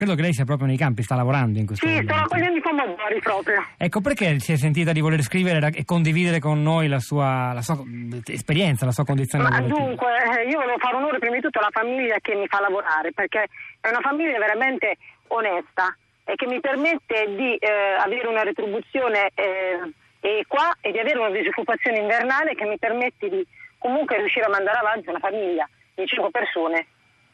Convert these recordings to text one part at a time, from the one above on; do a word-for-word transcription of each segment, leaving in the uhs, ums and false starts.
Credo che lei sia proprio nei campi, sta lavorando in questo sì, momento. Sì, sto raccogliendo i pomodori proprio. Ecco, perché si è sentita di voler scrivere e condividere con noi la sua, la sua esperienza, la sua condizione Ma lavorativa? Dunque, io volevo fare onore prima di tutto alla famiglia che mi fa lavorare, perché è una famiglia veramente onesta e che mi permette di eh, avere una retribuzione eh, equa e di avere una disoccupazione invernale che mi permette di comunque riuscire a mandare avanti una famiglia di cinque persone.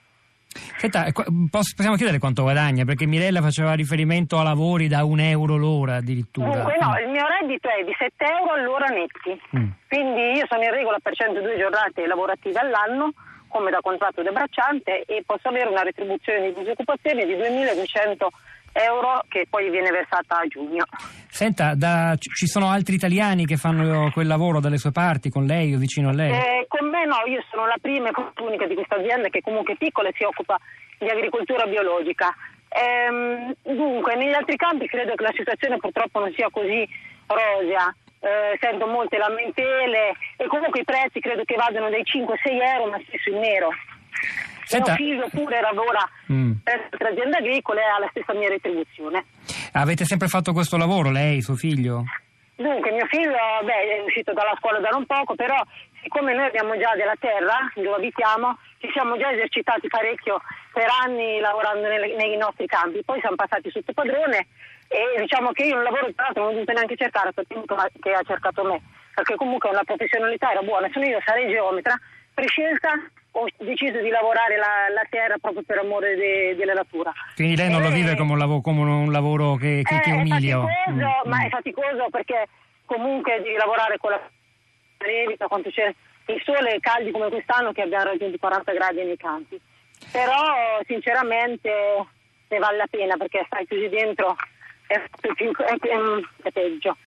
Senta, possiamo chiedere quanto guadagna? Perché Mirella faceva riferimento a lavori da un euro l'ora addirittura. Dunque no, il mio reddito è di sette euro all'ora netti, mm. quindi io sono in regola per centodue giornate lavorative all'anno, come da contratto debracciante, e posso avere una retribuzione di disoccupazione di duemiladuecento euro che poi viene versata a giugno. Senta, da, ci sono altri italiani che fanno quel lavoro dalle sue parti, con lei o vicino a lei? Eh, con me no, io sono la prima e unica di questa azienda che comunque è piccola e si occupa di agricoltura biologica. Ehm, dunque, negli altri campi credo che la situazione purtroppo non sia così rosea. Eh, sento molte lamentele e comunque i prezzi credo che vadano dai cinque a sei euro, ma spesso in nero. Senta, mio figlio pure lavora mm. per altre aziende agricole e ha la stessa mia retribuzione. Avete sempre fatto questo lavoro, lei, suo figlio? Dunque, mio figlio beh, è uscito dalla scuola da non poco, però siccome noi abbiamo già della terra dove abitiamo, ci siamo già esercitati parecchio per anni lavorando nelle, nei nostri campi, poi siamo passati sotto padrone e diciamo che io un lavoro tra l'altro non ho dovuto neanche cercare per tempo che ha cercato me, perché comunque la professionalità era buona. Sono io sarei geometra, per scelta ho deciso di lavorare la, la terra proprio per amore de, della natura. Quindi lei non e, lo vive come un lavoro, come un lavoro che, che, che umilia? È faticoso, mm. ma è faticoso perché comunque devi lavorare con la nevita, quando c'è il sole caldi come quest'anno che abbiamo raggiunto i quaranta gradi nei campi. Però sinceramente ne vale la pena perché stai chiusi dentro è, più, è, è, è peggio.